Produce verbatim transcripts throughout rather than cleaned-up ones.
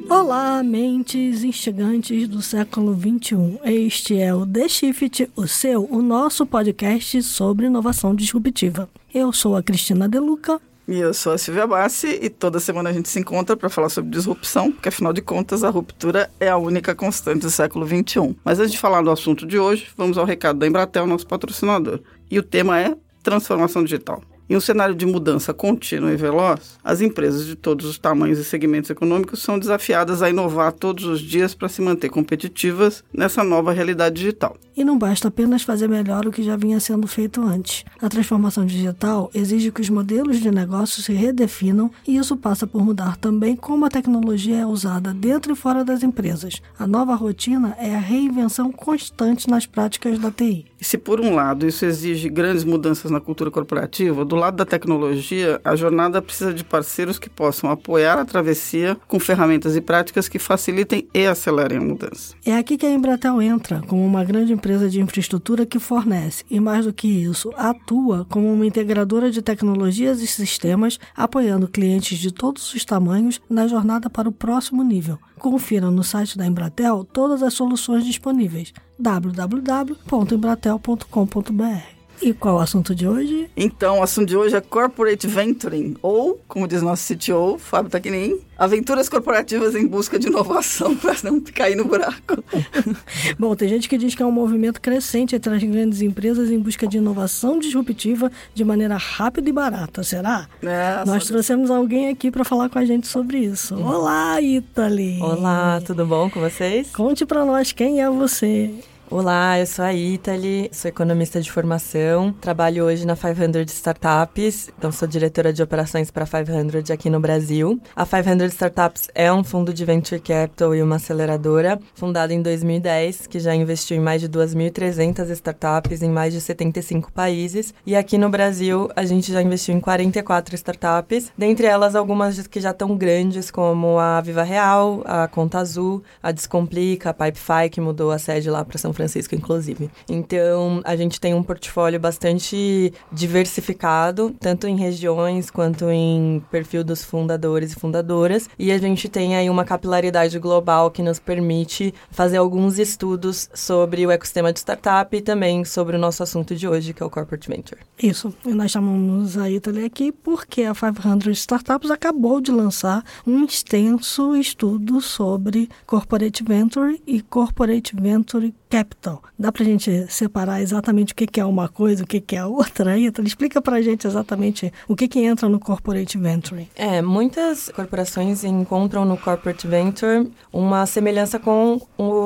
Olá, mentes instigantes do século vinte e um. Este é o The Shift, o seu, o nosso podcast sobre inovação disruptiva. Eu sou a Cristina De Luca. E eu sou a Silvia Bassi e toda semana a gente se encontra para falar sobre disrupção, porque afinal de contas a ruptura é a única constante do século vinte e um. Mas antes de falar do assunto de hoje, vamos ao recado da Embratel, nosso patrocinador. E o tema é transformação digital. Em um cenário de mudança contínua e veloz, as empresas de todos os tamanhos e segmentos econômicos são desafiadas a inovar todos os dias para se manter competitivas nessa nova realidade digital. E não basta apenas fazer melhor o que já vinha sendo feito antes. A transformação digital exige que os modelos de negócio se redefinam e isso passa por mudar também como a tecnologia é usada dentro e fora das empresas. A nova rotina é a reinvenção constante nas práticas da T I. E se por um lado isso exige grandes mudanças na cultura corporativa, do lado da tecnologia, a jornada precisa de parceiros que possam apoiar a travessia com ferramentas e práticas que facilitem e acelerem a mudança. É aqui que a Embratel entra como uma grande empresa de infraestrutura que fornece, e mais do que isso, atua como uma integradora de tecnologias e sistemas, apoiando clientes de todos os tamanhos na jornada para o próximo nível. Confira no site da Embratel todas as soluções disponíveis. w w w ponto embratel ponto com ponto b r. E qual é o assunto de hoje? Então, o assunto de hoje é Corporate Venturing, ou, como diz nosso C T O, Fábio Tacchinin, aventuras corporativas em busca de inovação para não cair no buraco. Bom, tem gente que diz que é um movimento crescente entre as grandes empresas em busca de inovação disruptiva de maneira rápida e barata. Será? É, Nós só... trouxemos alguém aqui para falar com a gente sobre isso. Olá, Italy! Olá, tudo bom com vocês? Conte para nós quem é você. Olá, eu sou a Italy, sou economista de formação, trabalho hoje na quinhentas Startups, então sou diretora de operações para a quinhentas aqui no Brasil. A quinhentas Startups é um fundo de venture capital e uma aceleradora, fundada em dois mil e dez, que já investiu em mais de duas mil e trezentas startups em mais de setenta e cinco países. E aqui no Brasil, a gente já investiu em quarenta e quatro startups, dentre elas algumas que já estão grandes, como a Viva Real, a Conta Azul, a Descomplica, a Pipefy, que mudou a sede lá para São Francisco, inclusive. Então, a gente tem um portfólio bastante diversificado, tanto em regiões quanto em perfil dos fundadores e fundadoras, e a gente tem aí uma capilaridade global que nos permite fazer alguns estudos sobre o ecossistema de startup e também sobre o nosso assunto de hoje, que é o Corporate Venture. Isso, e nós chamamos a Italy aqui porque a quinhentas Startups acabou de lançar um extenso estudo sobre Corporate Venture e Corporate Venture Capital. Dá pra gente separar exatamente o que, que é uma coisa, o que, que é outra? Italy, explica pra gente exatamente o que, que entra no Corporate Venture. É, muitas corporações encontram no Corporate Venture uma semelhança com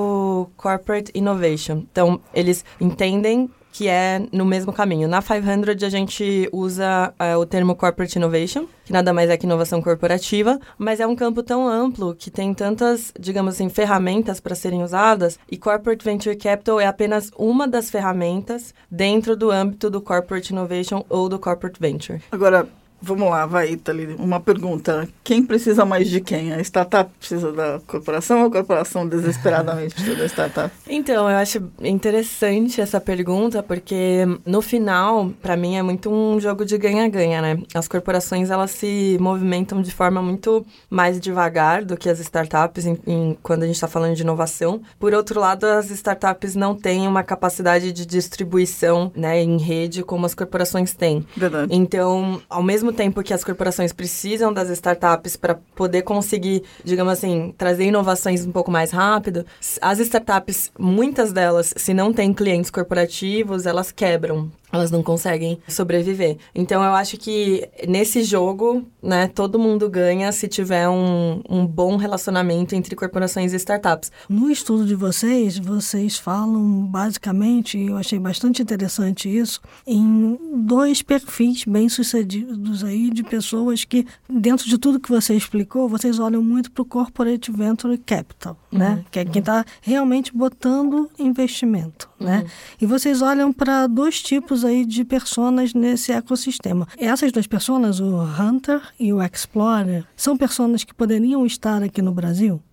o Corporate Innovation. Então, eles entendem que é no mesmo caminho. Na quinhentas a gente usa uh, o termo Corporate Innovation, que nada mais é que inovação corporativa, mas é um campo tão amplo que tem tantas, digamos assim, ferramentas para serem usadas, e Corporate Venture Capital é apenas uma das ferramentas dentro do âmbito do Corporate Innovation ou do Corporate Venture. Agora, vamos lá, vai, Italy. Uma pergunta. Quem precisa mais de quem? A startup precisa da corporação ou a corporação desesperadamente precisa da startup? Então, eu acho interessante essa pergunta, porque no final, para mim, é muito um jogo de ganha-ganha, né? As corporações, elas se movimentam de forma muito mais devagar do que as startups em, em, quando a gente está falando de inovação. Por outro lado, as startups não têm uma capacidade de distribuição, né, em rede como as corporações têm. Verdade. Então, ao mesmo tempo que as corporações precisam das startups para poder conseguir, digamos assim, trazer inovações um pouco mais rápido, as startups, muitas delas, se não têm clientes corporativos, elas quebram. Elas não conseguem sobreviver. Então, eu acho que nesse jogo, né, todo mundo ganha se tiver um, um bom relacionamento entre corporações e startups. No estudo de vocês, vocês falam basicamente, eu achei bastante interessante isso, em dois perfis bem-sucedidos aí de pessoas que, dentro de tudo que você explicou, vocês olham muito para o Corporate Venture Capital, uhum, né? Que é quem está realmente botando investimento, uhum, né? E vocês olham para dois tipos aí de personas nesse ecossistema. Essas duas personas, o Hunter e o Explorer, são personas que poderiam estar aqui no Brasil?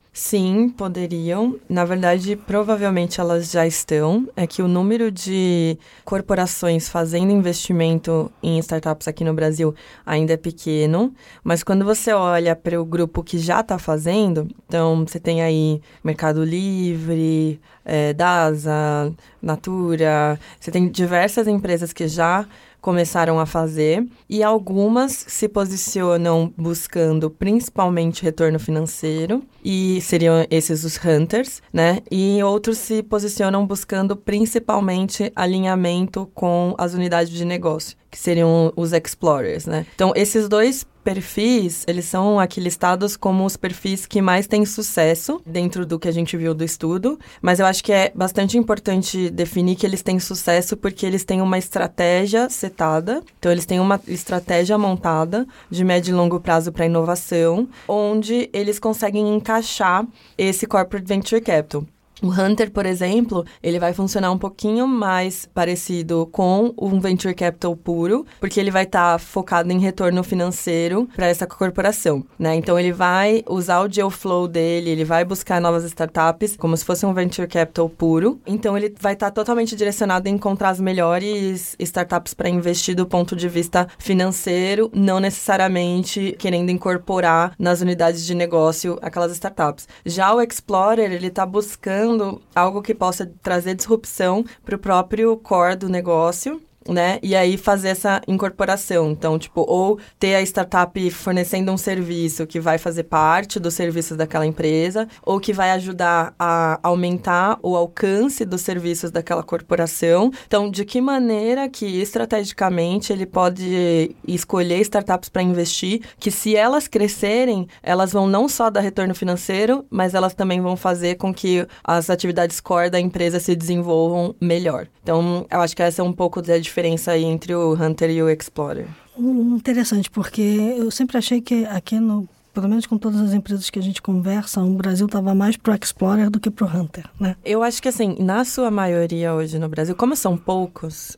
Sim, poderiam. Na verdade, provavelmente elas já estão. É que o número de corporações fazendo investimento em startups aqui no Brasil ainda é pequeno. Mas quando você olha para o grupo que já está fazendo, então você tem aí Mercado Livre, é, Dasa, Natura, você tem diversas empresas que já começaram a fazer, e algumas se posicionam buscando principalmente retorno financeiro, e seriam esses os hunters, né? E outros se posicionam buscando principalmente alinhamento com as unidades de negócio, que seriam os explorers, né? Então, esses dois perfis, eles são aqui listados como os perfis que mais têm sucesso dentro do que a gente viu do estudo, mas eu acho que é bastante importante definir que eles têm sucesso porque eles têm uma estratégia setada, então eles têm uma estratégia montada de médio e longo prazo para inovação, onde eles conseguem encaixar esse corporate venture capital. O Hunter, por exemplo, ele vai funcionar um pouquinho mais parecido com um venture capital puro, porque ele vai estar tá focado em retorno financeiro para essa corporação, né? Então, ele vai usar o deal flow dele, ele vai buscar novas startups, como se fosse um venture capital puro. Então, ele vai estar tá totalmente direcionado a encontrar as melhores startups para investir do ponto de vista financeiro, não necessariamente querendo incorporar nas unidades de negócio aquelas startups. Já o Explorer, ele está buscando algo que possa trazer disrupção para o próprio core do negócio, né? E aí fazer essa incorporação. Então, tipo, ou ter a startup fornecendo um serviço que vai fazer parte dos serviços daquela empresa, ou que vai ajudar a aumentar o alcance dos serviços daquela corporação. Então, de que maneira que estrategicamente ele pode escolher startups para investir, que se elas crescerem, elas vão não só dar retorno financeiro, mas elas também vão fazer com que as atividades core da empresa se desenvolvam melhor. Então, eu acho que essa é um pouco da diferença aí entre o Hunter e o Explorer. Interessante, porque eu sempre achei que aqui no, pelo menos com todas as empresas que a gente conversa, o Brasil estava mais pro Explorer do que pro Hunter, né? Eu acho que assim, na sua maioria hoje no Brasil, como são poucos,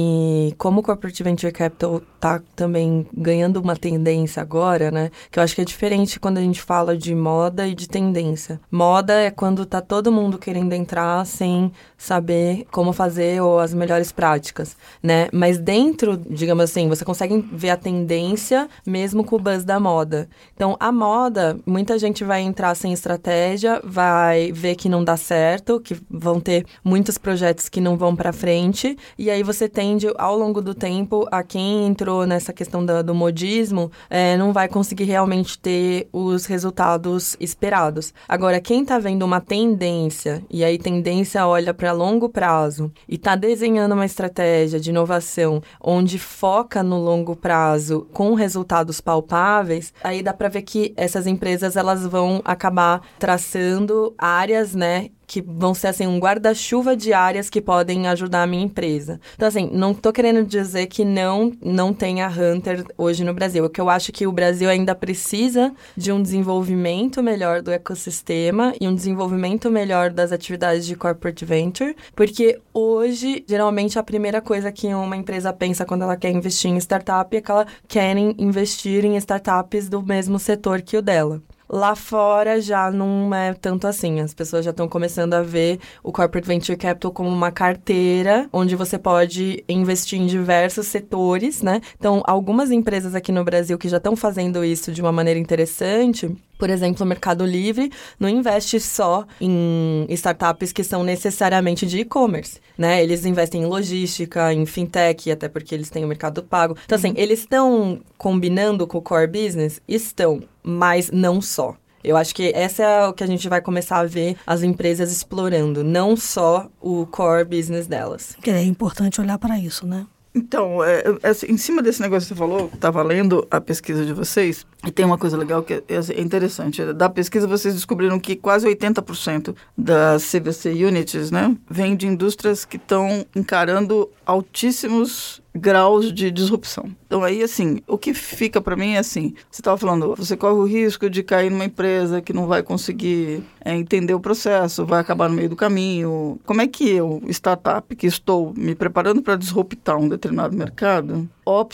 e como o Corporate Venture Capital está também ganhando uma tendência agora, né? Que eu acho que é diferente quando a gente fala de moda e de tendência. Moda é quando tá todo mundo querendo entrar sem saber como fazer ou as melhores práticas, né? Mas dentro, digamos assim, você consegue ver a tendência mesmo com o buzz da moda. Então, a moda, muita gente vai entrar sem estratégia, vai ver que não dá certo, que vão ter muitos projetos que não vão para frente, e aí você tende, ao longo do tempo, a quem entrou nessa questão do, do modismo, é, não vai conseguir realmente ter os resultados esperados. Agora, quem está vendo uma tendência, e aí tendência olha para longo prazo, e está desenhando uma estratégia de inovação onde foca no longo prazo com resultados palpáveis, aí dá para ver que essas empresas elas vão acabar traçando áreas, né, que vão ser, assim, um guarda-chuva de áreas que podem ajudar a minha empresa. Então, assim, não estou querendo dizer que não, não tenha Hunter hoje no Brasil. O que eu acho que o Brasil ainda precisa de um desenvolvimento melhor do ecossistema e um desenvolvimento melhor das atividades de corporate venture, porque hoje, geralmente, a primeira coisa que uma empresa pensa quando ela quer investir em startup é que ela quer investir em startups do mesmo setor que o dela. Lá fora já não é tanto assim. As pessoas já estão começando a ver o Corporate Venture Capital como uma carteira onde você pode investir em diversos setores, né? Então, algumas empresas aqui no Brasil que já estão fazendo isso de uma maneira interessante, por exemplo, o Mercado Livre não investe só em startups que são necessariamente de e-commerce, né? Eles investem em logística, em fintech, até porque eles têm o Mercado Pago. Então, assim, eles estão combinando com o core business? Estão, mas não só. Eu acho que essa é o que a gente vai começar a ver as empresas explorando, não só o core business delas. Que é importante olhar para isso, né? Então, é, é, em cima desse negócio que você falou, estava lendo a pesquisa de vocês, e tem uma coisa legal que é, é interessante. Da pesquisa, vocês descobriram que quase oitenta por cento das C V C Units, né, vem de indústrias que estão encarando altíssimos graus de disrupção. Então, aí, assim, o que fica para mim é assim, você estava falando, você corre o risco de cair numa empresa que não vai conseguir é, entender o processo, vai acabar no meio do caminho. Como é que eu, startup, que estou me preparando para disruptar um determinado mercado, opto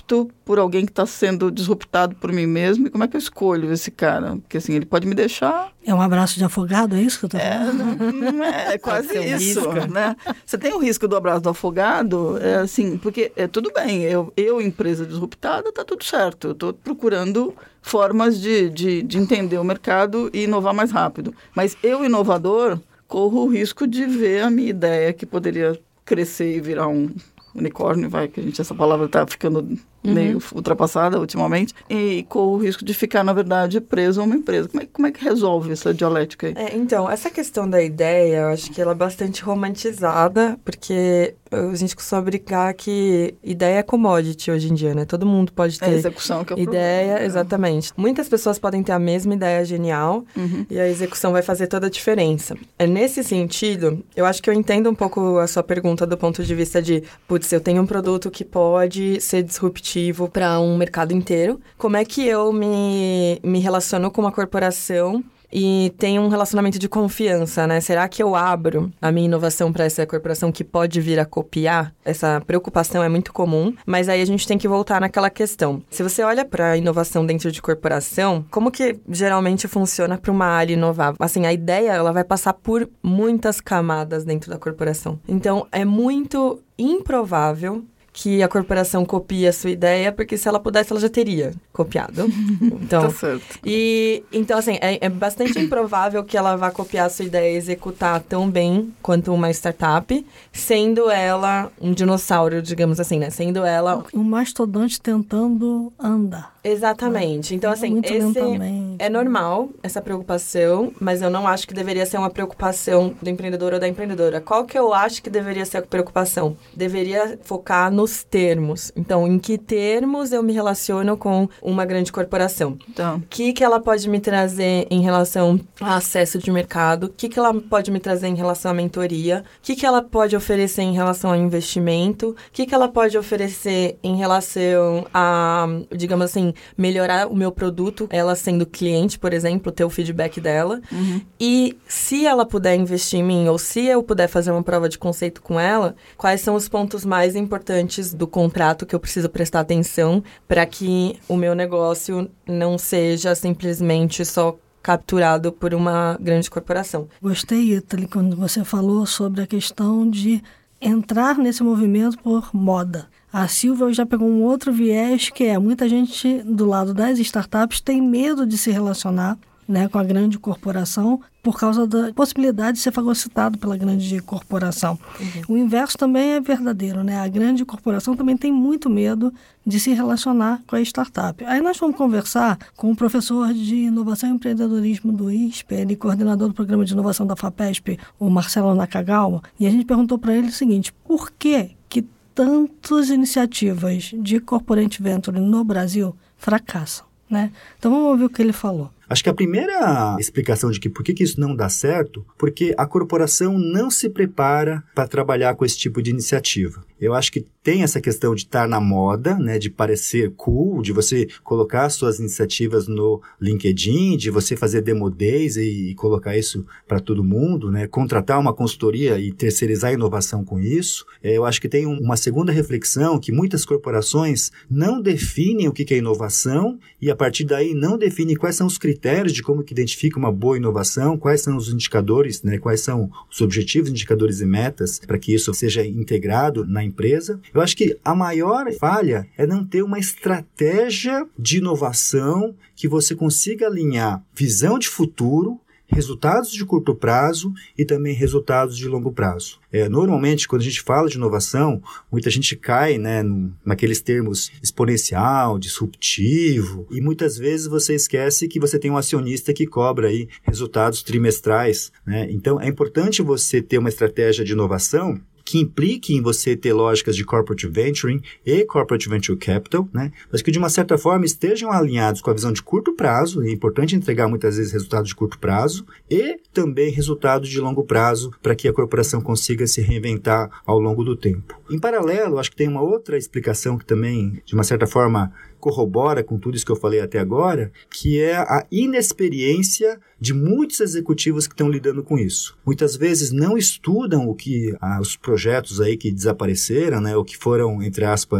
por alguém que está sendo disruptado por mim mesmo, e como é que eu escolho esse cara? Porque assim, ele pode me deixar... É um abraço de afogado, é isso que eu estou falando? É, não, não é, é quase um isso, risco. né? Você tem o risco do abraço do afogado, é assim, porque é tudo bem, eu, eu empresa disruptada, tá tudo certo, eu estou procurando formas de, de, de entender o mercado e inovar mais rápido. Mas eu, inovador, corro o risco de ver a minha ideia que poderia crescer e virar um unicórnio, vai, que a gente, essa palavra está ficando uhum. meio ultrapassada ultimamente, e corro o risco de ficar, na verdade, preso a uma empresa. Como é, como é que resolve essa dialética aí? É, então, essa questão da ideia, eu acho que ela é bastante romantizada, porque a gente costuma brincar que ideia é commodity hoje em dia, né? Todo mundo pode ter é a execução que é o ideia, problema. Exatamente. Muitas pessoas podem ter a mesma ideia genial uhum. e a execução vai fazer toda a diferença. É nesse sentido, eu acho que eu entendo um pouco a sua pergunta do ponto de vista de, putz, eu tenho um produto que pode ser disruptivo para um mercado inteiro. Como é que eu me, me relaciono com uma corporação e tem um relacionamento de confiança, né? Será que eu abro a minha inovação para essa corporação que pode vir a copiar? Essa preocupação é muito comum, mas aí a gente tem que voltar naquela questão. Se você olha para a inovação dentro de corporação, como que geralmente funciona para uma área inovar? Assim, a ideia, ela vai passar por muitas camadas dentro da corporação. Então, é muito improvável que a corporação copie a sua ideia, porque se ela pudesse, ela já teria copiado. Então, tá certo. E, então, assim, é, é bastante improvável que ela vá copiar a sua ideia e executar tão bem quanto uma startup, sendo ela um dinossauro, digamos assim, né? Sendo ela... Um mastodonte tentando andar. Exatamente. Então, assim, Muito esse lentamente. é normal, essa preocupação, mas eu não acho que deveria ser uma preocupação do empreendedor ou da empreendedora. Qual que eu acho que deveria ser a preocupação? Deveria focar nos termos. Então, em que termos eu me relaciono com uma grande corporação? Então. O que, que ela pode me trazer em relação a acesso de mercado? O que, que ela pode me trazer em relação à mentoria? O que, que ela pode oferecer em relação ao investimento? O que, que ela pode oferecer em relação a, digamos assim, melhorar o meu produto, ela sendo cliente, por exemplo, ter o feedback dela. Uhum. E se ela puder investir em mim, ou se eu puder fazer uma prova de conceito com ela, quais são os pontos mais importantes do contrato que eu preciso prestar atenção para que o meu negócio não seja simplesmente só capturado por uma grande corporação. Gostei, Ítali, quando você falou sobre a questão de entrar nesse movimento por moda. A Silvia já pegou um outro viés, que é muita gente do lado das startups tem medo de se relacionar, né, com a grande corporação por causa da possibilidade de ser fagocitado pela grande corporação. Uhum. O inverso também é verdadeiro, né? A grande corporação também tem muito medo de se relacionar com a startup. Aí nós vamos conversar com o professor de Inovação e Empreendedorismo do I S P, ele cordenador do Programa de Inovação da FAPESP, o Marcelo Nakagawa, e a gente perguntou para ele o seguinte: por que que tantas iniciativas de corporate venture no Brasil fracassam, né? Então vamos ouvir o que ele falou. Acho que a primeira explicação de que por que, que isso não dá certo, porque a corporação não se prepara para trabalhar com esse tipo de iniciativa. Eu acho que tem essa questão de estar na moda, né, de parecer cool, de você colocar suas iniciativas no LinkedIn, de você fazer demo days e, e colocar isso para todo mundo, né, contratar uma consultoria e terceirizar a inovação com isso. É, eu acho que tem um, uma segunda reflexão, que muitas corporações não definem o que, que é inovação e a partir daí não definem quais são os critérios critérios de como que identifica uma boa inovação, quais são os indicadores, né, quais são os objetivos, indicadores e metas para que isso seja integrado na empresa. Eu acho que a maior falha é não ter uma estratégia de inovação que você consiga alinhar visão de futuro, resultados de curto prazo e também resultados de longo prazo. É, normalmente, quando a gente fala de inovação, muita gente cai, né, no, naqueles termos exponencial, disruptivo, e muitas vezes você esquece que você tem um acionista que cobra aí resultados trimestrais, né? Então, é importante você ter uma estratégia de inovação que implique em você ter lógicas de corporate venturing e corporate venture capital, né? Mas que de uma certa forma estejam alinhados com a visão de curto prazo, é importante entregar muitas vezes resultados de curto prazo e também resultados de longo prazo para que a corporação consiga se reinventar ao longo do tempo. Em paralelo, acho que tem uma outra explicação que também, de uma certa forma, corrobora com tudo isso que eu falei até agora, que é a inexperiência de muitos executivos que estão lidando com isso. Muitas vezes não estudam o que ah, os projetos aí que desapareceram, né, ou que foram, entre aspas,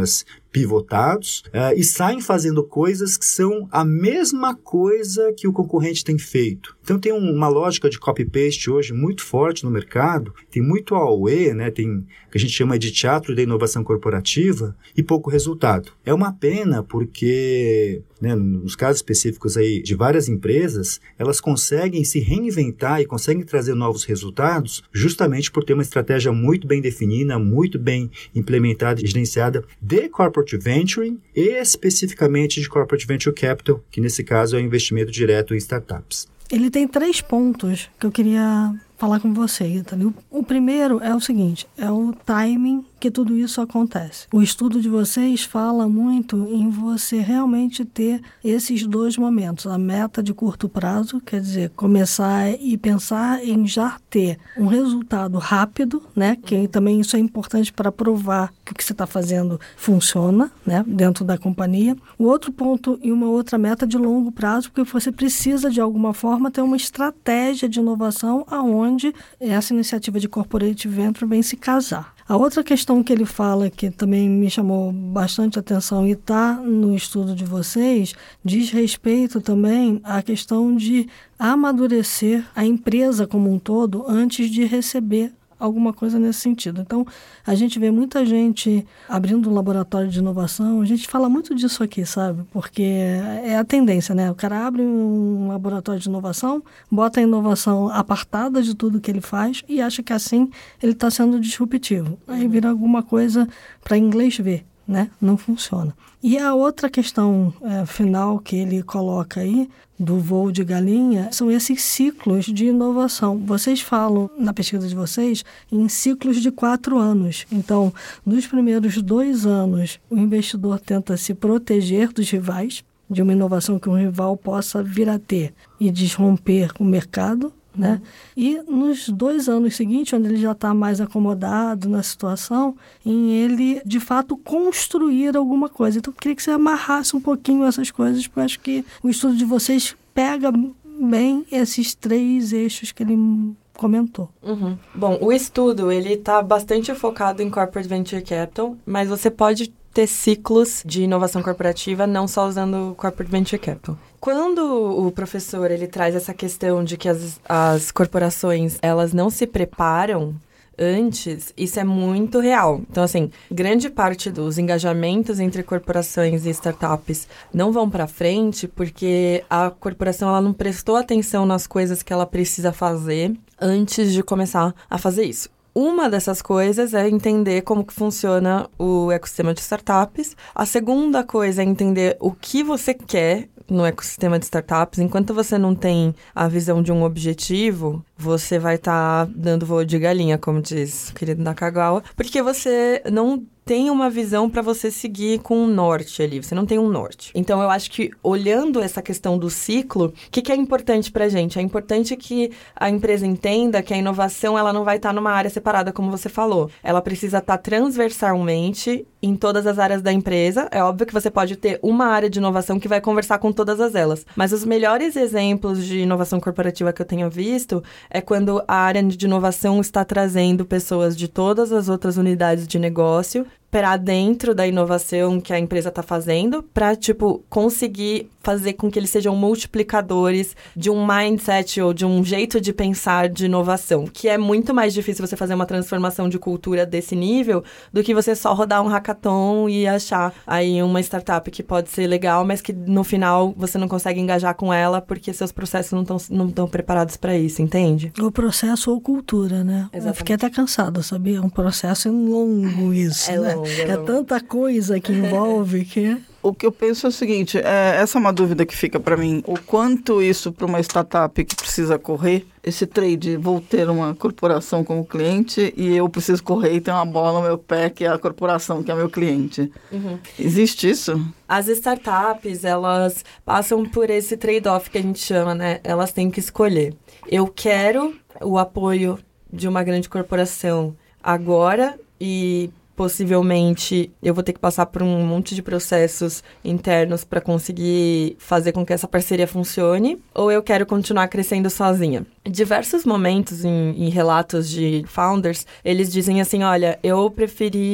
pivotados uh, e saem fazendo coisas que são a mesma coisa que o concorrente tem feito. Então tem um, uma lógica de copy-paste hoje muito forte no mercado, tem muito A O E, né, tem o que a gente chama de teatro da inovação corporativa e pouco resultado. É uma pena porque, né, nos casos específicos aí de várias empresas, elas conseguem se reinventar e conseguem trazer novos resultados justamente por ter uma estratégia muito bem definida, muito bem implementada e gerenciada de corporate venturing e especificamente de corporate venture capital, que nesse caso é o investimento direto em startups. Ele tem três pontos que eu queria falar com você, Ítalo. O primeiro é o seguinte, é o timing que tudo isso acontece. O estudo de vocês fala muito em você realmente ter esses dois momentos. A meta de curto prazo, quer dizer, começar e pensar em já ter um resultado rápido, né? Que também isso é importante para provar que o que você está fazendo funciona, né? Dentro da companhia. O outro ponto e uma outra meta de longo prazo, porque você precisa de alguma forma ter uma estratégia de inovação aonde essa iniciativa de corporate venture vem se casar. A outra questão que ele fala, que também me chamou bastante atenção e está no estudo de vocês, diz respeito também à questão de amadurecer a empresa como um todo antes de receber alguma coisa nesse sentido. Então, a gente vê muita gente abrindo um laboratório de inovação, a gente fala muito disso aqui, sabe? Porque é a tendência, né? O cara abre um laboratório de inovação, bota a inovação apartada de tudo que ele faz e acha que assim ele está sendo disruptivo. Aí vira alguma coisa para inglês ver, né? Não funciona. E a outra questão é, final que ele coloca aí, do voo de galinha, são esses ciclos de inovação. Vocês falam, na pesquisa de vocês, em ciclos de quatro anos. Então, nos primeiros dois anos, o investidor tenta se proteger dos rivais, de uma inovação que um rival possa vir a ter e desromper o mercado, né? E nos dois anos seguintes, onde ele já está mais acomodado na situação, em ele, de fato, construir alguma coisa. Então, eu queria que você amarrasse um pouquinho essas coisas, porque eu acho que o estudo de vocês pega bem esses três eixos que ele comentou. Uhum. Bom, o estudo, ele está bastante focado em Corporate Venture Capital, mas você pode ter ciclos de inovação corporativa não só usando Corporate Venture Capital. Quando o professor ele traz essa questão de que as, as corporações elas não se preparam antes, isso é muito real. Então, assim, grande parte dos engajamentos entre corporações e startups não vão para frente porque a corporação ela não prestou atenção nas coisas que ela precisa fazer antes de começar a fazer isso. Uma dessas coisas é entender como que funciona o ecossistema de startups. A segunda coisa é entender o que você quer no ecossistema de startups. Enquanto você não tem a visão de um objetivo, você vai estar tá dando voo de galinha, como diz o querido Nakagawa, porque você não tem uma visão para você seguir com um norte ali, você não tem um norte. Então, eu acho que, olhando essa questão do ciclo, o que, que é importante pra gente? É importante que a empresa entenda que a inovação, ela não vai estar numa área separada, como você falou. Ela precisa estar transversalmente em todas as áreas da empresa. É óbvio que você pode ter uma área de inovação que vai conversar com todas as elas. Mas os melhores exemplos de inovação corporativa que eu tenho visto é quando a área de inovação está trazendo pessoas de todas as outras unidades de negócio para dentro da inovação que a empresa está fazendo, para, tipo, conseguir fazer com que eles sejam multiplicadores de um mindset ou de um jeito de pensar de inovação, que é muito mais difícil você fazer uma transformação de cultura desse nível do que você só rodar um hackathon e achar aí uma startup que pode ser legal, mas que no final você não consegue engajar com ela porque seus processos não estão não estão preparados para isso, entende? O processo ou cultura, né? Exatamente. Eu fiquei até cansada, sabia? É um processo longo isso, é né? Longo, é, é longo. Tanta coisa que envolve que... O que eu penso é o seguinte, é, essa é uma dúvida que fica para mim. O quanto isso para uma startup que precisa correr, esse trade, vou ter uma corporação como cliente e eu preciso correr e ter uma bola no meu pé que é a corporação, que é meu cliente. Uhum. Existe isso? As startups, elas passam por esse trade-off que a gente chama, né? Elas têm que escolher. Eu quero o apoio de uma grande corporação agora e... possivelmente eu vou ter que passar por um monte de processos internos para conseguir fazer com que essa parceria funcione, ou eu quero continuar crescendo sozinha. Em diversos momentos em, em relatos de founders, eles dizem assim, olha, eu preferi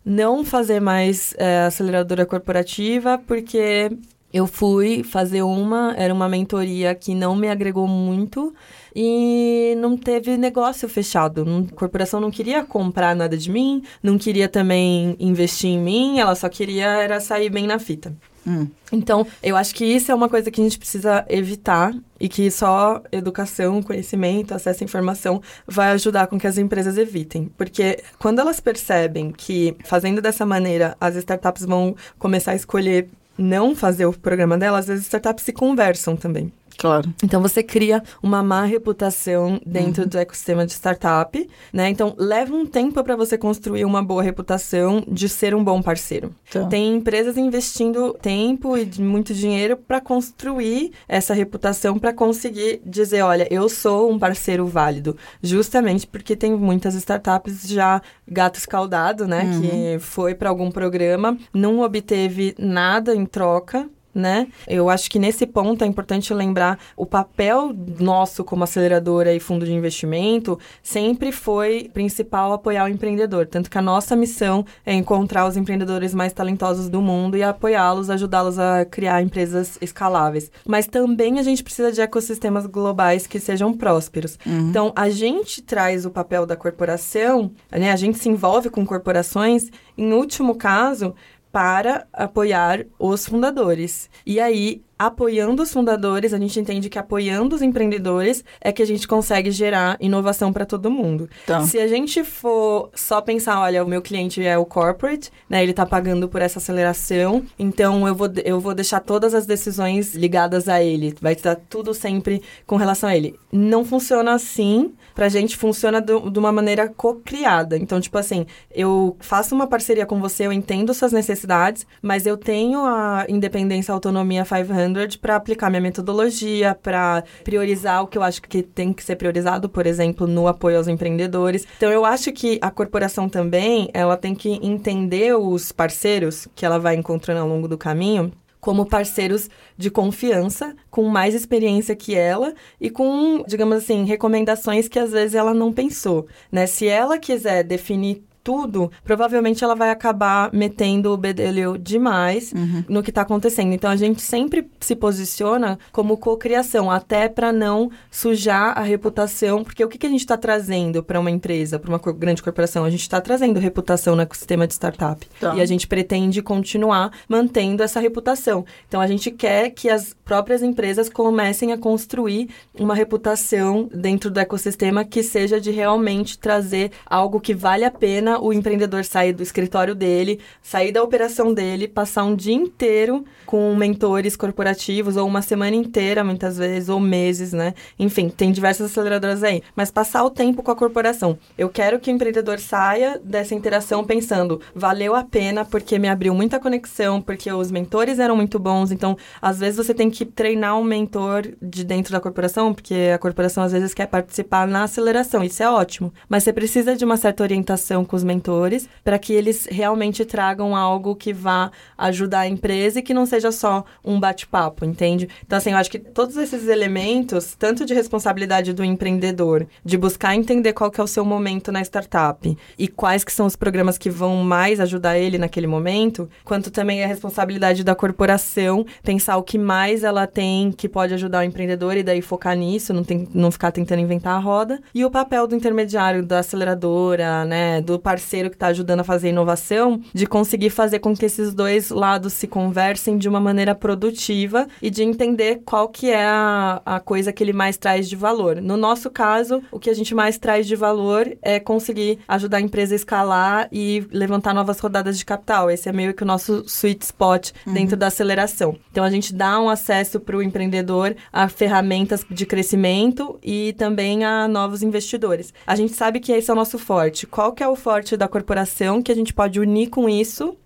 não fazer mais é, aceleradora corporativa, porque eu fui fazer uma, era uma mentoria que não me agregou muito e não teve negócio fechado. A corporação não queria comprar nada de mim, não queria também investir em mim, ela só queria era sair bem na fita. Hum. Então, eu acho que isso é uma coisa que a gente precisa evitar e que só educação, conhecimento, acesso à informação vai ajudar com que as empresas evitem. Porque quando elas percebem que, fazendo dessa maneira, as startups vão começar a escolher não fazer o programa delas, as startups se conversam também. Claro. Então, você cria uma má reputação dentro uhum. do ecossistema de startup, né? Então, leva um tempo para você construir uma boa reputação de ser um bom parceiro. Então. Tem empresas investindo tempo e muito dinheiro para construir essa reputação, para conseguir dizer, olha, eu sou um parceiro válido. Justamente porque tem muitas startups já gato escaldado, né? Uhum. Que foi para algum programa, não obteve nada em troca, né? Eu acho que nesse ponto é importante lembrar o papel nosso como aceleradora e fundo de investimento sempre foi principal apoiar o empreendedor, tanto que a nossa missão é encontrar os empreendedores mais talentosos do mundo e apoiá-los, ajudá-los a criar empresas escaláveis. Mas também a gente precisa de ecossistemas globais que sejam prósperos. Uhum. Então, a gente traz o papel da corporação, né? A gente se envolve com corporações, em último caso, para apoiar os fundadores. E aí, apoiando os fundadores, a gente entende que apoiando os empreendedores é que a gente consegue gerar inovação para todo mundo. Então. Se a gente for só pensar, olha, o meu cliente é o corporate, né, ele está pagando por essa aceleração, então eu vou, eu vou deixar todas as decisões ligadas a ele, vai estar tudo sempre com relação a ele. Não funciona assim, pra gente funciona do, de uma maneira co-criada. Então, tipo assim, eu faço uma parceria com você, eu entendo suas necessidades, mas eu tenho a independência, a autonomia quinhentos para aplicar minha metodologia, para priorizar o que eu acho que tem que ser priorizado, por exemplo, no apoio aos empreendedores. Então, eu acho que a corporação também, ela tem que entender os parceiros que ela vai encontrando ao longo do caminho como parceiros de confiança, com mais experiência que ela e com, digamos assim, recomendações que às vezes ela não pensou, né? Se ela quiser definir tudo, provavelmente ela vai acabar metendo o bedelho demais uhum. no que está acontecendo. Então, a gente sempre se posiciona como cocriação, até para não sujar a reputação, porque o que, que a gente está trazendo para uma empresa, para uma grande corporação? A gente está trazendo reputação no ecossistema de startup. Tá. E a gente pretende continuar mantendo essa reputação. Então, a gente quer que as próprias empresas comecem a construir uma reputação dentro do ecossistema que seja de realmente trazer algo que vale a pena o empreendedor sair do escritório dele, sair da operação dele, passar um dia inteiro com mentores corporativos, ou uma semana inteira, muitas vezes, ou meses, né? Enfim, tem diversas aceleradoras aí. Mas passar o tempo com a corporação. Eu quero que o empreendedor saia dessa interação pensando, valeu a pena porque me abriu muita conexão, porque os mentores eram muito bons. Então, às vezes você tem que treinar um mentor de dentro da corporação, porque a corporação às vezes quer participar na aceleração. Isso é ótimo. Mas você precisa de uma certa orientação com os mentores para que eles realmente tragam algo que vá ajudar a empresa e que não seja só um bate-papo, entende? Então, assim, eu acho que todos esses elementos, tanto de responsabilidade do empreendedor, de buscar entender qual que é o seu momento na startup e quais que são os programas que vão mais ajudar ele naquele momento, quanto também a responsabilidade da corporação, pensar o que mais ela tem que pode ajudar o empreendedor e daí focar nisso, não, tem, não ficar tentando inventar a roda, e o papel do intermediário, da aceleradora, né, do parceiro que está ajudando a fazer inovação, de conseguir fazer com que esses dois lados se conversem de uma maneira produtiva e de entender qual que é a, a coisa que ele mais traz de valor. No nosso caso, o que a gente mais traz de valor é conseguir ajudar a empresa a escalar e levantar novas rodadas de capital. Esse é meio que o nosso sweet spot uhum. dentro da aceleração. Então, a gente dá um acesso para o empreendedor a ferramentas de crescimento e também a novos investidores. A gente sabe que esse é o nosso forte. Qual que é o forte da corporação que a gente pode unir com isso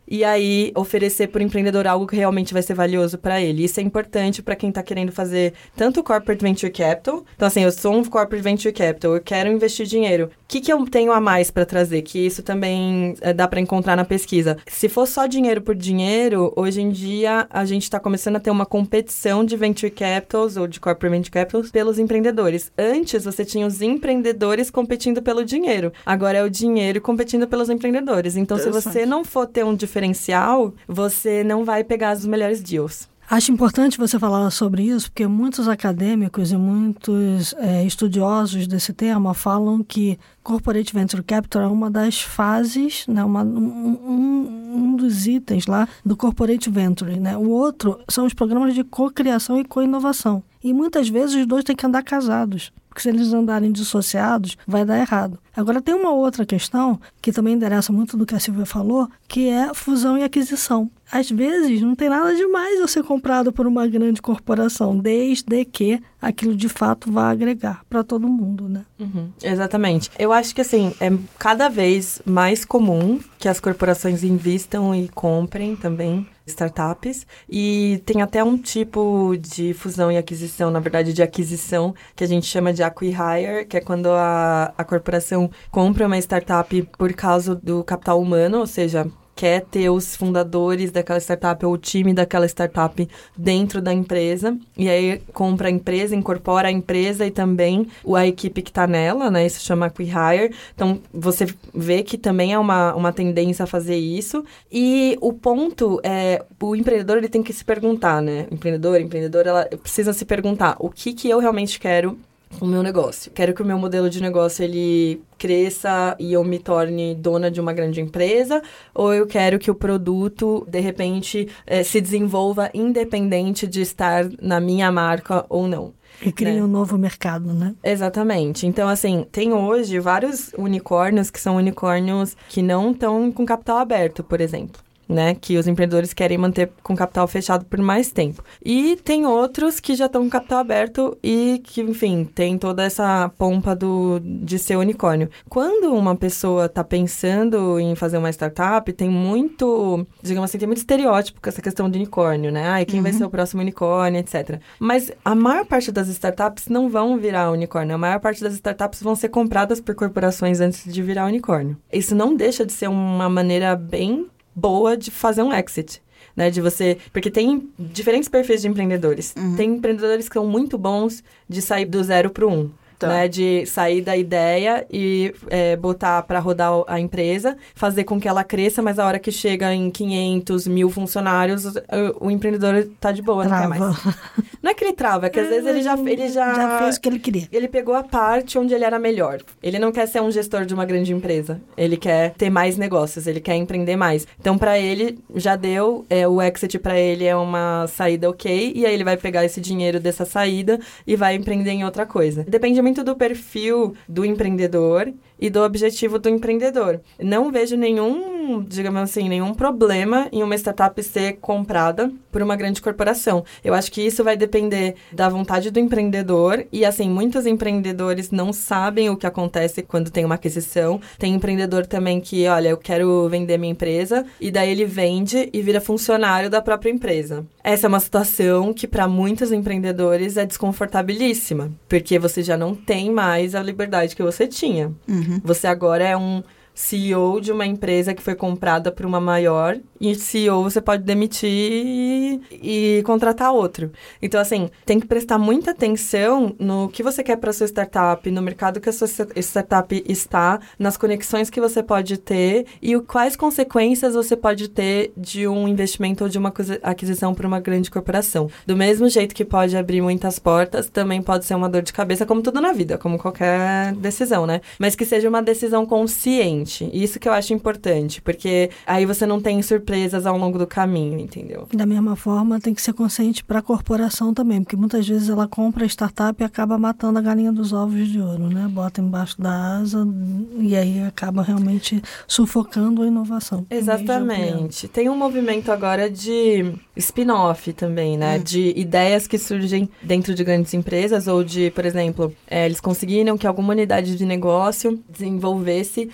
e aí oferecer para o empreendedor algo que realmente vai ser valioso para ele. Isso é importante para quem está querendo fazer tanto Corporate Venture Capital. Então, assim, eu sou um Corporate Venture Capital, eu quero investir dinheiro. O que, que eu tenho a mais para trazer? Que isso também é, dá para encontrar na pesquisa. Se for só dinheiro por dinheiro, hoje em dia a gente está começando a ter uma competição de Venture Capitals ou de Corporate Venture Capitals pelos empreendedores. Antes, você tinha os empreendedores competindo pelo dinheiro. Agora é o dinheiro competindo pelos empreendedores. Então, se você não for ter um diferencial, você não vai pegar os melhores deals. Acho importante você falar sobre isso, porque muitos acadêmicos e muitos é, estudiosos desse tema falam que Corporate Venture Capital é uma das fases, né, uma, um, um, um dos itens lá do Corporate Venture. Né? O outro são os programas de cocriação e co-inovação. E muitas vezes os dois têm que andar casados, porque se eles andarem dissociados, vai dar errado. Agora, tem uma outra questão, que também interessa muito do que a Silvia falou, que é fusão e aquisição. Às vezes, não tem nada demais eu ser comprado por uma grande corporação, desde que aquilo de fato vá agregar para todo mundo, né? Uhum, exatamente. Eu acho que, assim, é cada vez mais comum que as corporações invistam e comprem também startups, e tem até um tipo de fusão e aquisição, na verdade de aquisição, que a gente chama de acqui-hire, que é quando a, a corporação compra uma startup por causa do capital humano, ou seja, quer ter os fundadores daquela startup ou o time daquela startup dentro da empresa, e aí compra a empresa, incorpora a empresa e também a equipe que está nela, né? Isso chama acqui-hire. Então, você vê que também é uma, uma tendência a fazer isso. E o ponto é, o empreendedor ele tem que se perguntar, né? O empreendedor, a empreendedora, ela precisa se perguntar o que, que eu realmente quero o meu negócio. Quero que o meu modelo de negócio ele cresça e eu me torne dona de uma grande empresa, ou eu quero que o produto, de repente, eh, se desenvolva independente de estar na minha marca ou não. E cria né? um novo mercado, né? Exatamente. Então, assim, tem hoje vários unicórnios que são unicórnios que não estão com capital aberto, por exemplo. Né, que os empreendedores querem manter com capital fechado por mais tempo. E tem outros que já estão com capital aberto e que, enfim, tem toda essa pompa do, de ser unicórnio. Quando uma pessoa está pensando em fazer uma startup, tem muito, digamos assim, tem muito estereótipo com essa questão de unicórnio, né? Ai, quem uhum. vai ser o próximo unicórnio, etcétera. Mas a maior parte das startups não vão virar unicórnio. A maior parte das startups vão ser compradas por corporações antes de virar unicórnio. Isso não deixa de ser uma maneira bem boa de fazer um exit, né, de você, porque tem diferentes perfis de empreendedores. Uhum. Tem empreendedores que são muito bons de sair do zero para o um. Tá. Né, de sair da ideia e é, botar para rodar a empresa, fazer com que ela cresça, mas a hora que chega em quinhentos mil funcionários, o, o empreendedor tá de boa, Trava. Não quer mais. Não é que ele trava, é que às vezes ele já, ele já... Já fez o que ele queria. Ele pegou a parte onde ele era melhor. Ele não quer ser um gestor de uma grande empresa. Ele quer ter mais negócios, ele quer empreender mais. Então, para ele, já deu, é, o exit para ele é uma saída ok, e aí ele vai pegar esse dinheiro dessa saída e vai empreender em outra coisa. Depende muito do perfil do empreendedor e do objetivo do empreendedor. Não vejo nenhum, digamos assim, nenhum problema em uma startup ser comprada por uma grande corporação. Eu acho que isso vai depender da vontade do empreendedor e, assim, muitos empreendedores não sabem o que acontece quando tem uma aquisição. Tem empreendedor também que, olha, eu quero vender minha empresa e daí ele vende e vira funcionário da própria empresa. Essa é uma situação que, para muitos empreendedores, é desconfortabilíssima, porque você já não tem mais a liberdade que você tinha. Uhum. Você agora é um C E O de uma empresa que foi comprada por uma maior, e C E O você pode demitir e, e contratar outro. Então, assim, tem que prestar muita atenção no que você quer para a sua startup, no mercado que a sua startup está, nas conexões que você pode ter e o, quais consequências você pode ter de um investimento ou de uma aquisição por uma grande corporação. Do mesmo jeito que pode abrir muitas portas, também pode ser uma dor de cabeça, como tudo na vida, como qualquer decisão, né? Mas que seja uma decisão consciente. Isso que eu acho importante, porque aí você não tem surpresas ao longo do caminho, entendeu? Da mesma forma, tem que ser consciente para a corporação também, porque muitas vezes ela compra a startup e acaba matando a galinha dos ovos de ouro, né? Bota embaixo da asa e aí acaba realmente sufocando a inovação. Exatamente. Tem um movimento agora de spin-off também, né? Hum. De ideias que surgem dentro de grandes empresas ou de, por exemplo, é, eles conseguiram que alguma unidade de negócio desenvolvesse algo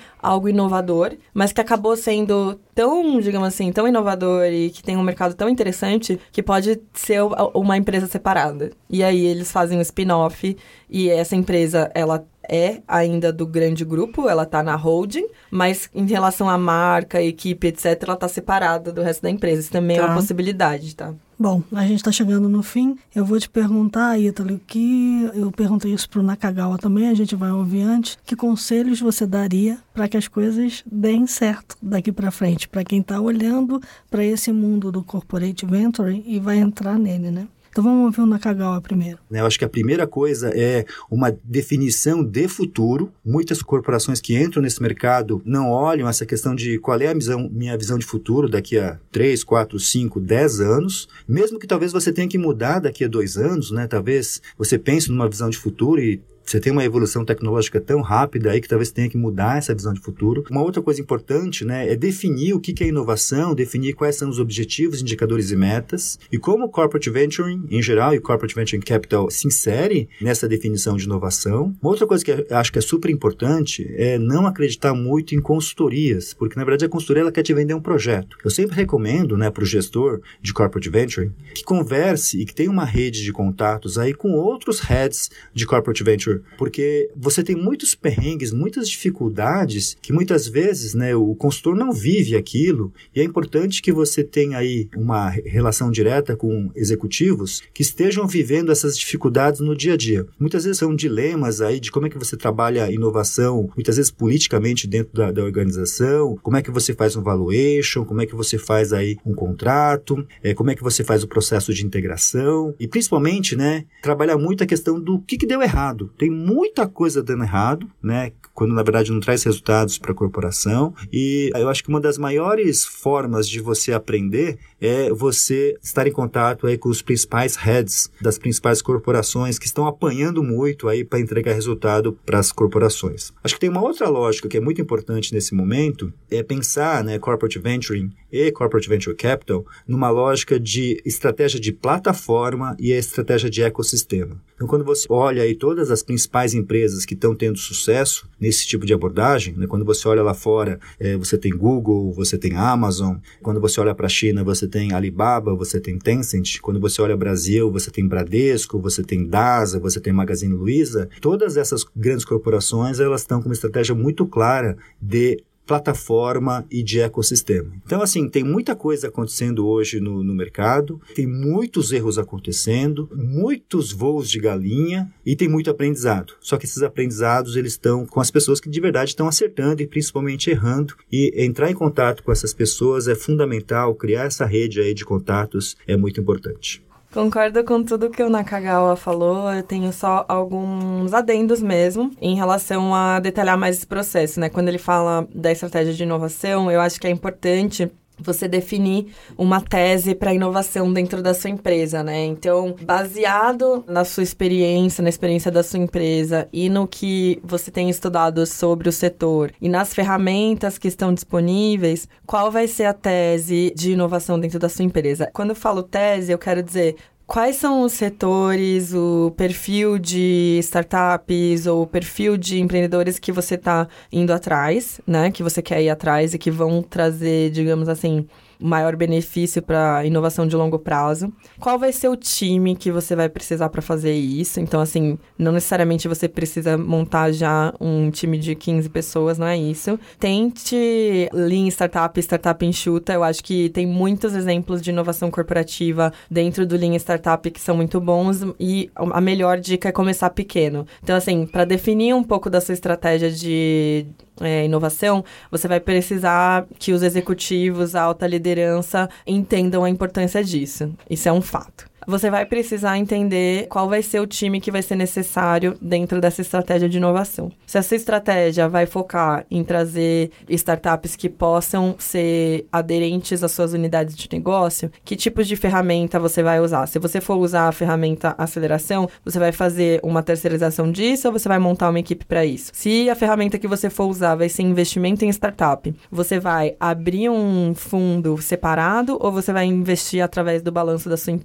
algo inovador, mas que acabou sendo tão, digamos assim, tão inovador e que tem um mercado tão interessante que pode ser uma empresa separada. E aí eles fazem um spin-off e essa empresa, ela é ainda do grande grupo, ela tá na holding, mas em relação à marca, equipe, etcétera, ela tá separada do resto da empresa. Isso também tá. É uma possibilidade, tá? Bom, a gente está chegando no fim. Eu vou te perguntar, Ítalo, que eu perguntei isso para o Nakagawa também, a gente vai ouvir antes. Que conselhos você daria para que as coisas deem certo daqui para frente? Para quem está olhando para esse mundo do corporate venture e vai entrar nele, né? Então vamos ouvir o Nakagawa primeiro. Eu acho que a primeira coisa é uma definição de futuro. Muitas corporações que entram nesse mercado não olham essa questão de qual é a visão, minha visão de futuro daqui a três, quatro, cinco, dez anos. Mesmo que talvez você tenha que mudar daqui a dois anos, né? Talvez você pense numa visão de futuro e você tem uma evolução tecnológica tão rápida aí que talvez tenha que mudar essa visão de futuro. Uma outra coisa importante, né, é definir o que é inovação, definir quais são os objetivos, indicadores e metas. E como o Corporate Venturing, em geral, e o Corporate Venture Capital se insere nessa definição de inovação. Uma outra coisa que eu acho que é super importante é não acreditar muito em consultorias, porque, na verdade, a consultoria ela quer te vender um projeto. Eu sempre recomendo, né, para o gestor de Corporate Venturing que converse e que tenha uma rede de contatos aí com outros heads de Corporate Venture, porque você tem muitos perrengues, muitas dificuldades que muitas vezes, né, o consultor não vive aquilo e é importante que você tenha aí uma relação direta com executivos que estejam vivendo essas dificuldades no dia a dia. Muitas vezes são dilemas aí de como é que você trabalha inovação, muitas vezes politicamente dentro da, da organização, como é que você faz um valuation, como é que você faz aí um contrato, é, como é que você faz o processo de integração e principalmente, né, trabalhar muito a questão do que, que deu errado. Tem muita coisa dando errado, né? Quando na verdade não traz resultados para a corporação. E eu acho que uma das maiores formas de você aprender é você estar em contato aí com os principais heads das principais corporações que estão apanhando muito aí para entregar resultado para as corporações. Acho que tem uma outra lógica que é muito importante nesse momento, é pensar, né, Corporate Venturing e Corporate Venture Capital numa lógica de estratégia de plataforma e a estratégia de ecossistema. Então, quando você olha aí todas as principais empresas que estão tendo sucesso nesse tipo de abordagem, né? Quando você olha lá fora, é, você tem Google, você tem Amazon. Quando você olha para a China, você tem Alibaba, você tem Tencent. Quando você olha Brasil, você tem Bradesco, você tem Dasa, você tem Magazine Luiza. Todas essas grandes corporações, elas estão com uma estratégia muito clara de plataforma e de ecossistema. Então, assim, tem muita coisa acontecendo hoje no, no mercado, tem muitos erros acontecendo, muitos voos de galinha e tem muito aprendizado. Só que esses aprendizados, eles estão com as pessoas que de verdade estão acertando e principalmente errando. E entrar em contato com essas pessoas é fundamental, criar essa rede aí de contatos é muito importante. Concordo com tudo que o Nakagawa falou, eu tenho só alguns adendos mesmo em relação a detalhar mais esse processo, né? Quando ele fala da estratégia de inovação, eu acho que é importante você definir uma tese para inovação dentro da sua empresa, né? Então, baseado na sua experiência, na experiência da sua empresa e no que você tem estudado sobre o setor e nas ferramentas que estão disponíveis, qual vai ser a tese de inovação dentro da sua empresa? Quando eu falo tese, eu quero dizer quais são os setores, o perfil de startups ou o perfil de empreendedores que você está indo atrás, né? Que você quer ir atrás e que vão trazer, digamos assim, maior benefício para a inovação de longo prazo. Qual vai ser o time que você vai precisar para fazer isso? Então, assim, não necessariamente você precisa montar já um time de quinze pessoas, não é isso. Tente Lean Startup, Startup enxuta. Eu acho que tem muitos exemplos de inovação corporativa dentro do Lean Startup que são muito bons e a melhor dica é começar pequeno. Então, assim, para definir um pouco da sua estratégia de É, inovação, você vai precisar que os executivos, a alta liderança entendam a importância disso. Isso é um fato. Você vai precisar entender qual vai ser o time que vai ser necessário dentro dessa estratégia de inovação. Se essa estratégia vai focar em trazer startups que possam ser aderentes às suas unidades de negócio, que tipos de ferramenta você vai usar? Se você for usar a ferramenta aceleração, você vai fazer uma terceirização disso ou você vai montar uma equipe para isso? Se a ferramenta que você for usar vai ser investimento em startup, você vai abrir um fundo separado ou você vai investir através do balanço da sua empresa?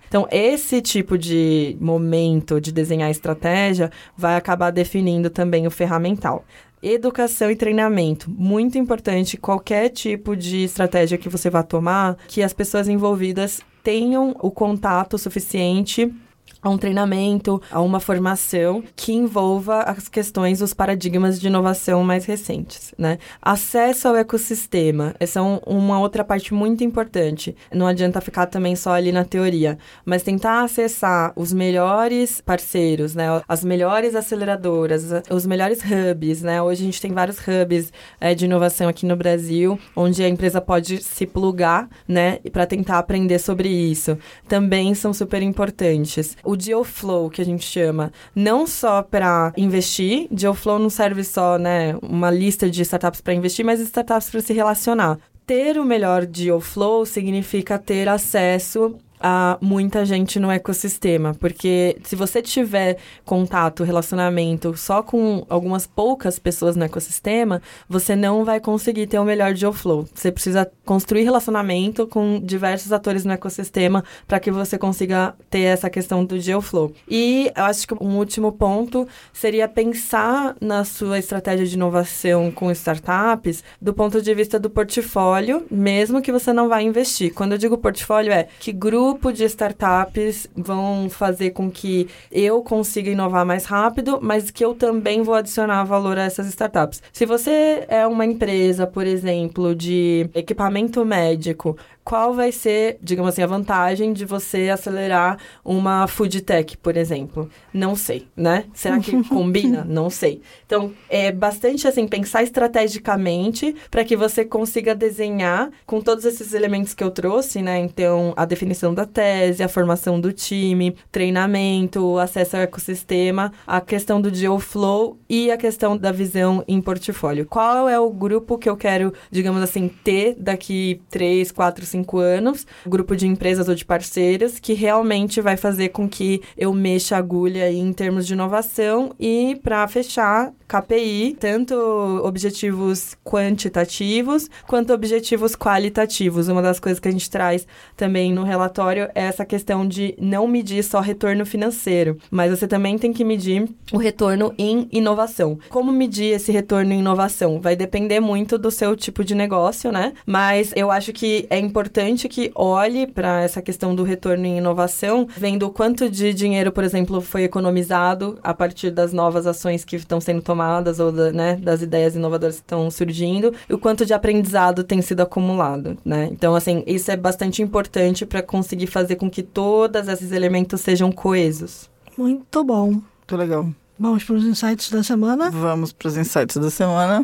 Então, esse tipo de momento de desenhar estratégia vai acabar definindo também o ferramental. Educação e treinamento, muito importante, qualquer tipo de estratégia que você vá tomar, que as pessoas envolvidas tenham o contato suficiente a um treinamento, a uma formação que envolva as questões, os paradigmas de inovação mais recentes, né? Acesso ao ecossistema, essa é um, uma outra parte muito importante. Não adianta ficar também só ali na teoria, mas tentar acessar os melhores parceiros, né? As melhores aceleradoras, os melhores hubs, né? Hoje a gente tem vários hubs é, de inovação aqui no Brasil, onde a empresa pode se plugar, né? Para tentar aprender sobre isso. Também são super importantes. O Deal Flow, que a gente chama, não só para investir, Deal Flow não serve só, né, uma lista de startups para investir, mas startups para se relacionar. Ter o melhor Deal Flow significa ter acesso a muita gente no ecossistema, porque se você tiver contato, relacionamento só com algumas poucas pessoas no ecossistema, você não vai conseguir ter o melhor deal flow. Você precisa construir relacionamento com diversos atores no ecossistema para que você consiga ter essa questão do deal flow. E eu acho que um último ponto seria pensar na sua estratégia de inovação com startups do ponto de vista do portfólio, mesmo que você não vá investir. Quando eu digo portfólio é que grupo grupo de startups vão fazer com que eu consiga inovar mais rápido, mas que eu também vou adicionar valor a essas startups. Se você é uma empresa, por exemplo, de equipamento médico, qual vai ser, digamos assim, a vantagem de você acelerar uma food tech, por exemplo? Não sei, né? Será que combina? Não sei. Então, é bastante, assim, pensar estrategicamente para que você consiga desenhar com todos esses elementos que eu trouxe, né? Então, a definição da tese, a formação do time, treinamento, acesso ao ecossistema, a questão do deal flow e a questão da visão em portfólio. Qual é o grupo que eu quero, digamos assim, ter daqui três, quatro, cinco anos, um grupo de empresas ou de parceiros que realmente vai fazer com que eu mexa a agulha aí em termos de inovação e, para fechar, K P I, tanto objetivos quantitativos quanto objetivos qualitativos. Uma das coisas que a gente traz também no relatório é essa questão de não medir só retorno financeiro, mas você também tem que medir o retorno em inovação. Como medir esse retorno em inovação? Vai depender muito do seu tipo de negócio, né? Mas eu acho que é importante que olhe para essa questão do retorno em inovação, vendo o quanto de dinheiro, por exemplo, foi economizado a partir das novas ações que estão sendo tomadas ou da, né, das ideias inovadoras que estão surgindo, e o quanto de aprendizado tem sido acumulado, né? Então, assim, isso é bastante importante para conseguir fazer com que todos esses elementos sejam coesos. Muito bom. Muito legal. Vamos para os insights da semana? Vamos para os insights da semana.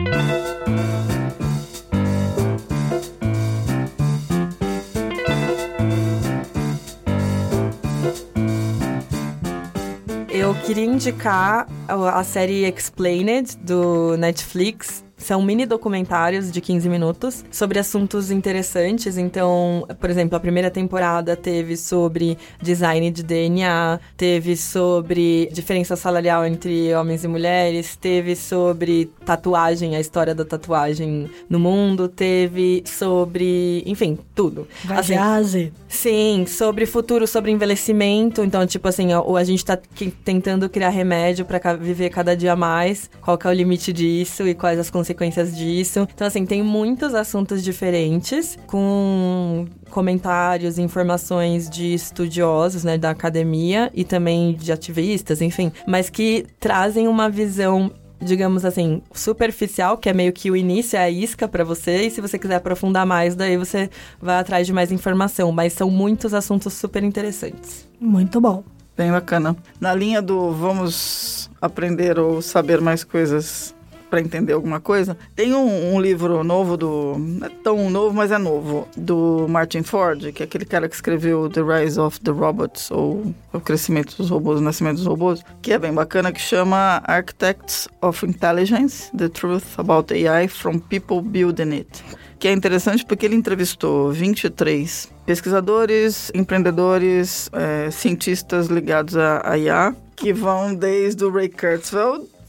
Eu queria indicar a série Explained, do Netflix. São mini documentários de quinze minutos sobre assuntos interessantes. Então, por exemplo, a primeira temporada teve sobre design de D N A, teve sobre diferença salarial entre homens e mulheres, teve sobre tatuagem, a história da tatuagem no mundo, teve sobre, enfim, tudo. Assim, sim, sobre futuro, sobre envelhecimento. Então, tipo assim, a, a gente tá tentando criar remédio para viver cada dia mais. Qual que é o limite disso e quais as consequências consequências disso. Então, assim, tem muitos assuntos diferentes, com comentários e informações de estudiosos, né, da academia e também de ativistas, enfim, mas que trazem uma visão, digamos assim, superficial, que é meio que o início, é a isca para você, e se você quiser aprofundar mais, daí você vai atrás de mais informação, mas são muitos assuntos super interessantes. Muito bom. Bem bacana. Na linha do vamos aprender ou saber mais coisas para entender alguma coisa, tem um, um livro novo do... não é tão novo, mas é novo, do Martin Ford, que é aquele cara que escreveu The Rise of the Robots, ou O Crescimento dos Robôs, O Nascimento dos Robôs, que é bem bacana, que chama Architects of Intelligence, The Truth About A I from People Building It. Que é interessante porque ele entrevistou vinte e três pesquisadores, empreendedores, é, cientistas ligados à I A, que vão desde o Ray Kurzweil,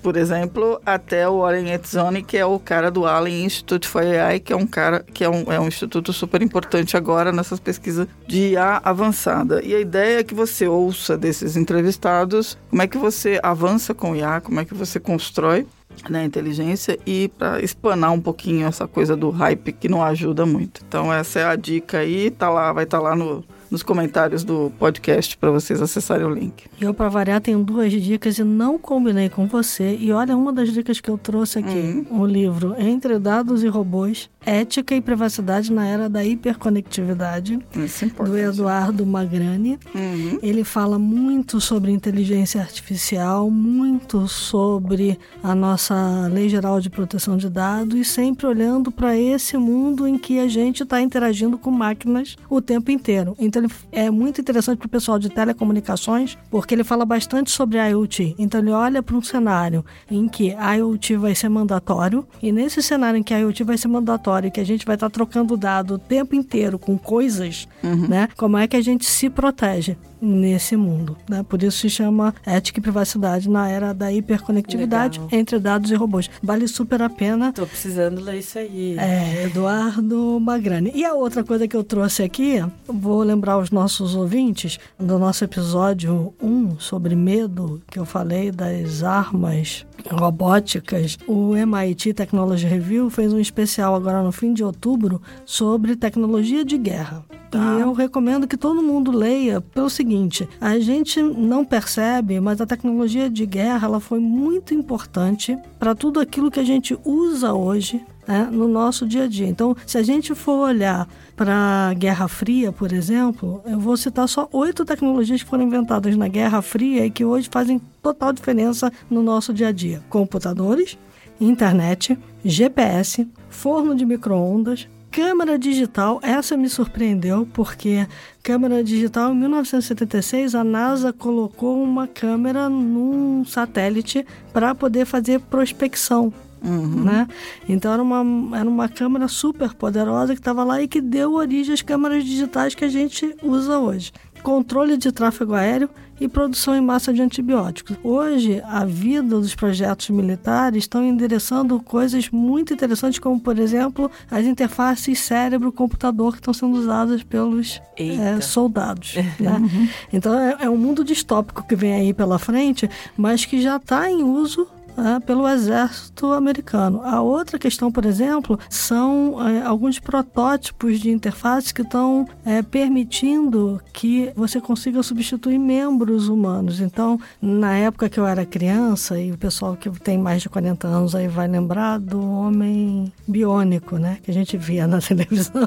por exemplo, até o Oren Etzoni, que é o cara do Allen Institute for A I, que é um cara que é um, é um instituto super importante agora nessas pesquisas de I A avançada. E a ideia é que você ouça desses entrevistados como é que você avança com I A, como é que você constrói, né, inteligência, e para espanar um pouquinho essa coisa do hype que não ajuda muito. Então essa é a dica aí, tá lá, vai estar tá lá no, nos comentários do podcast para vocês acessarem o link. Eu, para variar, tenho duas dicas e não combinei com você. E olha, uma das dicas que eu trouxe aqui, uhum. o livro Entre Dados e Robôs, Ética e Privacidade na Era da Hiperconectividade, é do Eduardo Magrani. Uhum. Ele fala muito sobre inteligência artificial, muito sobre a nossa Lei Geral de Proteção de Dados e sempre olhando para esse mundo em que a gente está interagindo com máquinas o tempo inteiro. Então, ele é muito interessante para o pessoal de telecomunicações, porque ele fala bastante sobre IoT. Então, ele olha para um cenário em que IoT vai ser mandatório, e nesse cenário em que IoT vai ser mandatório, que a gente vai estar trocando dado o tempo inteiro com coisas, uhum. né? Como é que a gente se protege nesse mundo, né? Por isso se chama Ética e Privacidade na Era da Hiperconectividade. Legal. Entre Dados e Robôs. Vale super a pena. Tô precisando ler isso aí. É, Eduardo Magrani. E a outra coisa que eu trouxe aqui, vou lembrar os nossos ouvintes do nosso episódio um sobre medo, que eu falei das armas robóticas. O M I T Technology Review fez um especial agora no fim de outubro sobre tecnologia de guerra. Tá. E eu recomendo que todo mundo leia pelo seguinte: a gente não percebe, mas a tecnologia de guerra ela foi muito importante para tudo aquilo que a gente usa hoje, né, no nosso dia a dia. Então, se a gente for olhar para a Guerra Fria, por exemplo, eu vou citar só oito tecnologias que foram inventadas na Guerra Fria e que hoje fazem total diferença no nosso dia a dia. Computadores, internet, G P S, forno de micro-ondas, câmera digital. Essa me surpreendeu, porque câmera digital, em mil novecentos e setenta e seis, a NASA colocou uma câmera num satélite para poder fazer prospecção. Uhum. Né? Então era uma, era uma câmera super poderosa que estava lá e que deu origem às câmeras digitais que a gente usa hoje. Controle de tráfego aéreo e produção em massa de antibióticos. Hoje, a vida dos projetos militares estão endereçando coisas muito interessantes, como, por exemplo, as interfaces cérebro-computador que estão sendo usadas pelos é, soldados. Né? Uhum. Então, é, é um mundo distópico que vem aí pela frente, mas que já está em uso É, pelo exército americano. A outra questão, por exemplo, são é, alguns protótipos de interfaces que estão é, permitindo que você consiga substituir membros humanos. Então, na época que eu era criança, e o pessoal que tem mais de quarenta anos aí vai lembrar do homem biônico, né, que a gente via na televisão.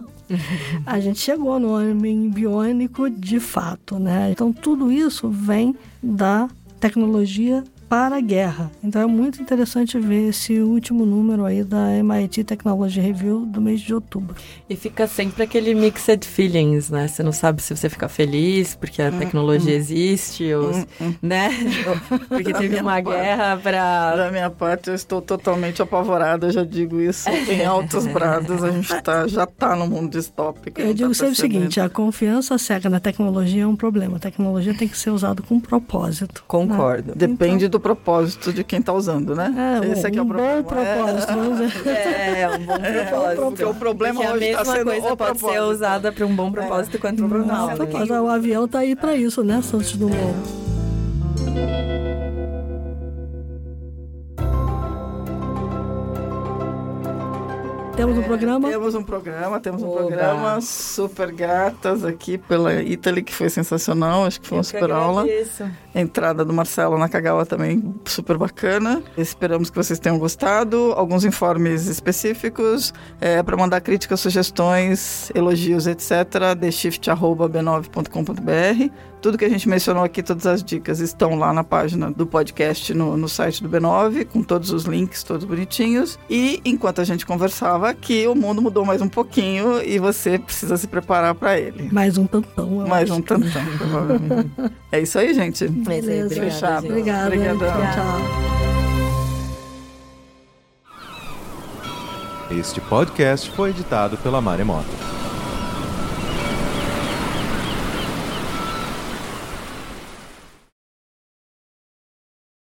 A gente chegou no homem biônico de fato, né? Então, tudo isso vem da tecnologia para a guerra. Então é muito interessante ver esse último número aí da M I T Technology Review do mês de outubro. E fica sempre aquele mixed feelings, né? Você não sabe se você fica feliz porque a tecnologia hum, existe, ou, hum, hum. né? Porque teve uma parte, guerra para... Da minha parte, eu estou totalmente apavorada, eu já digo isso em altos brados, a gente tá, já está no mundo distópico. Eu digo tá sempre o seguinte, a confiança cega na tecnologia é um problema. A tecnologia tem que ser usada com propósito. Concordo. Né? Depende então, do propósito de quem está usando, né? É, Esse um, aqui é o problema. Bom propósito, é, é, um bom propósito. É, porque o problema porque hoje está sendo a mesma coisa pode propósito. ser usada para um bom propósito é. quanto um problema. Não, não, mas o avião está aí para isso, né, Santos Dumont? Temos um programa? É, temos um programa, temos um Oba. programa super gatas aqui pela Italy, que foi sensacional, acho que foi uma super aula. A entrada do Marcelo Nakagawa também super bacana. Esperamos que vocês tenham gostado. Alguns informes específicos, é, para mandar críticas, sugestões, elogios, etcétera, the shift arroba b nove ponto com ponto b r. Tudo que a gente mencionou aqui, todas as dicas estão lá na página do podcast, no, no site do B nove, com todos os links, todos bonitinhos. E enquanto a gente conversava aqui, o mundo mudou mais um pouquinho e você precisa se preparar para ele. Mais um tantão. Mais um tantão, provavelmente. É isso aí, gente. Beleza. Fechado. Obrigada. Obrigadão. Tchau. Este podcast foi editado pela Maremoto.